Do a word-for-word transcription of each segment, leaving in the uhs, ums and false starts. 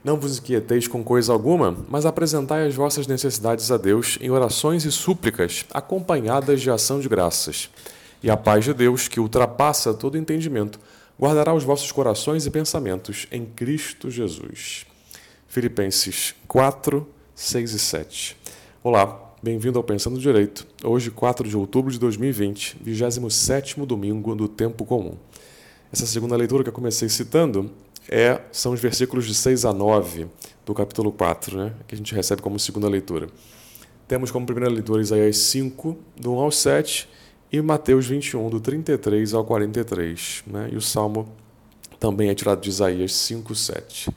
Não vos inquieteis com coisa alguma, mas apresentai as vossas necessidades a Deus em orações e súplicas, acompanhadas de ação de graças. E a paz de Deus, que ultrapassa todo entendimento, guardará os vossos corações e pensamentos em Cristo Jesus. Filipenses quatro, seis e sete. Olá, bem-vindo ao Pensando Direito. Hoje, quatro de outubro de dois mil e vinte, vigésimo sétimo domingo do Tempo Comum. Essa segunda leitura que eu comecei citando é, são os versículos de seis a nove do capítulo quatro, né, que a gente recebe como segunda leitura. Temos como primeira leitura Isaías cinco, do um ao sete, e Mateus vinte e um, do trinta e três ao quarenta e três. Né, e o Salmo também é tirado de Isaías cinco, sete.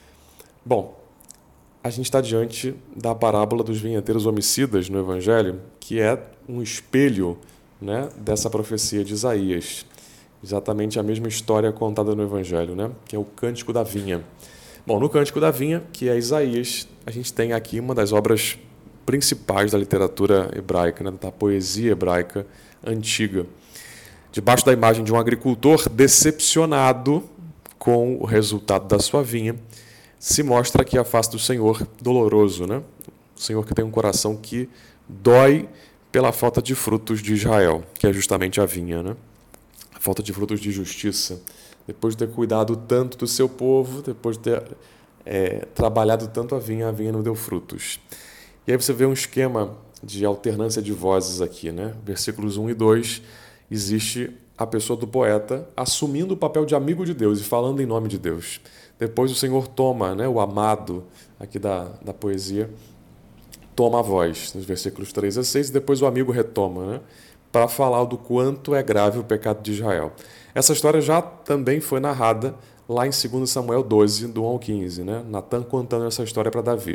Bom, a gente está diante da parábola dos vinheteiros homicidas no Evangelho, que é um espelho, né, dessa profecia de Isaías. Exatamente a mesma história contada no Evangelho, né? Que é o Cântico da Vinha. Bom, no Cântico da Vinha, que é Isaías, a gente tem aqui uma das obras principais da literatura hebraica, né? Da poesia hebraica antiga. Debaixo da imagem de um agricultor decepcionado com o resultado da sua vinha, se mostra aqui a face do Senhor doloroso, né? O Senhor que tem um coração que dói pela falta de frutos de Israel, que é justamente a vinha, né? Falta de frutos de justiça, depois de ter cuidado tanto do seu povo, depois de ter é, trabalhado tanto a vinha, a vinha não deu frutos. E aí você vê um esquema de alternância de vozes aqui, né? Versículos um e dois, existe a pessoa do poeta assumindo o papel de amigo de Deus e falando em nome de Deus. Depois o Senhor toma, né, o amado aqui da, da poesia, toma a voz, nos versículos três a seis, e depois o amigo retoma, né, para falar do quanto é grave o pecado de Israel. Essa história já também foi narrada lá em segundo Samuel doze, do um ao quinze, né? Natan contando essa história para Davi.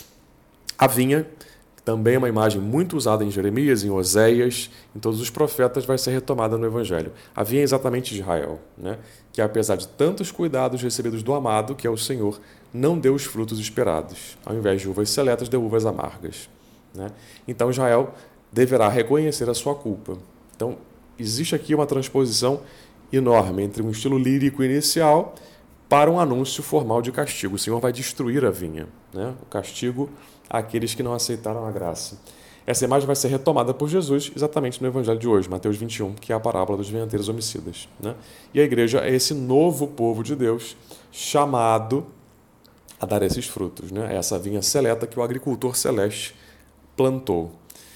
A vinha, também é uma imagem muito usada em Jeremias, em Oséias, em todos os profetas, vai ser retomada no Evangelho. A vinha é exatamente Israel, né? Que apesar de tantos cuidados recebidos do amado, que é o Senhor, não deu os frutos esperados. Ao invés de uvas seletas, deu uvas amargas, né? Então Israel deverá reconhecer a sua culpa. Então, existe aqui uma transposição enorme entre um estilo lírico inicial para um anúncio formal de castigo. O Senhor vai destruir a vinha, né? O castigo àqueles que não aceitaram a graça. Essa imagem vai ser retomada por Jesus exatamente no Evangelho de hoje, Mateus vinte e um, que é a parábola dos vinheteiros homicidas, né? E a igreja é esse novo povo de Deus chamado a dar esses frutos, né? É essa vinha seleta que o agricultor celeste plantou.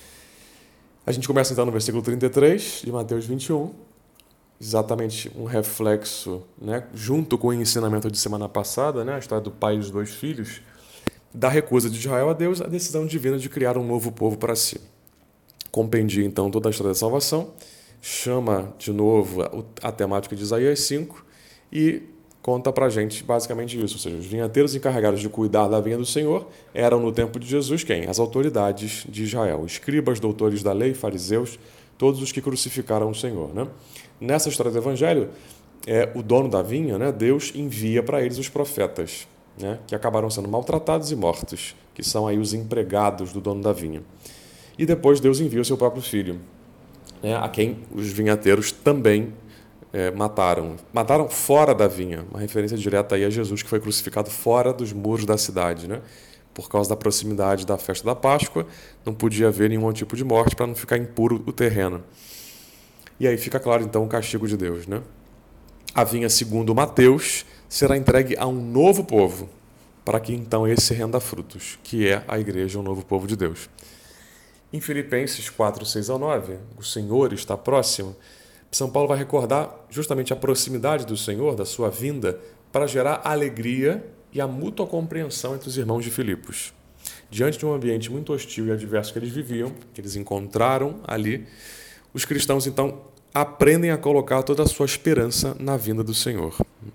A gente começa então no versículo trinta e três de Mateus vinte e um, exatamente um reflexo, né, junto com o ensinamento de semana passada, né, a história do pai e dos dois filhos, da recusa de Israel a Deus, a decisão divina de criar um novo povo para si. Compendia então toda a história da salvação, chama de novo a, a temática de Isaías cinco e conta para a gente basicamente isso, ou seja, os vinhateiros encarregados de cuidar da vinha do Senhor eram no tempo de Jesus quem? As autoridades de Israel, escribas, doutores da lei, fariseus, todos os que crucificaram o Senhor, né? Nessa história do Evangelho, é, o dono da vinha, né, Deus envia para eles os profetas, né, que acabaram sendo maltratados e mortos, que são aí os empregados do dono da vinha. E depois Deus envia o seu próprio filho, né, a quem os vinhateiros também É, mataram. Mataram fora da vinha. Uma referência direta aí a Jesus, que foi crucificado fora dos muros da cidade, né? Por causa da proximidade da festa da Páscoa, não podia haver nenhum tipo de morte para não ficar impuro o terreno. E aí fica claro, então, o castigo de Deus, né? A vinha, segundo Mateus, será entregue a um novo povo, para que então esse renda frutos, que é a igreja, o novo povo de Deus. Em Filipenses quatro, seis ao nove, o Senhor está próximo. São Paulo vai recordar justamente a proximidade do Senhor, da sua vinda, para gerar alegria e a mútua compreensão entre os irmãos de Filipos. Diante de um ambiente muito hostil e adverso que eles viviam, que eles encontraram ali, os cristãos, então, aprendem a colocar toda a sua esperança na vinda do Senhor.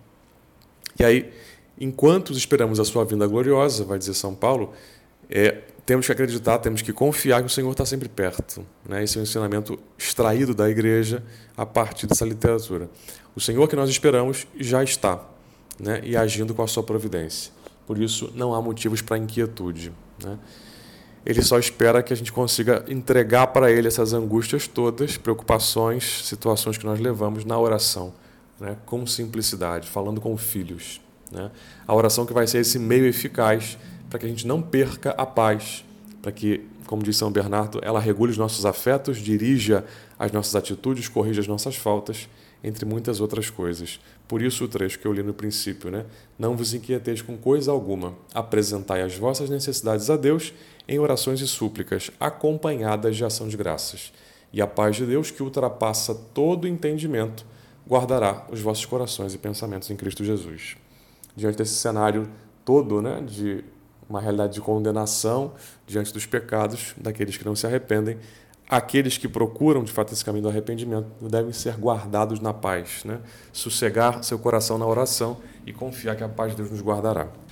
E aí, enquanto esperamos a sua vinda gloriosa, vai dizer São Paulo, é, temos que acreditar, temos que confiar que o Senhor está sempre perto, né? Esse é um ensinamento extraído da igreja a partir dessa literatura. O Senhor que nós esperamos já está, né? E agindo com a sua providência. Por isso, não há motivos para inquietude, né? Ele só espera que a gente consiga entregar para Ele essas angústias todas, preocupações, situações que nós levamos na oração, né? Com simplicidade, falando com filhos. né? A oração que vai ser esse meio eficaz para que a gente não perca a paz, para que, como diz São Bernardo, ela regule os nossos afetos, dirija as nossas atitudes, corrija as nossas faltas, entre muitas outras coisas. Por isso o trecho que eu li no princípio, né? Não vos inquieteis com coisa alguma, apresentai as vossas necessidades a Deus em orações e súplicas, acompanhadas de ação de graças. E a paz de Deus, que ultrapassa todo entendimento, guardará os vossos corações e pensamentos em Cristo Jesus. Diante desse cenário todo, né, de uma realidade de condenação diante dos pecados daqueles que não se arrependem, aqueles que procuram, de fato, esse caminho do arrependimento devem ser guardados na paz, né? Sossegar seu coração na oração e confiar que a paz de Deus nos guardará.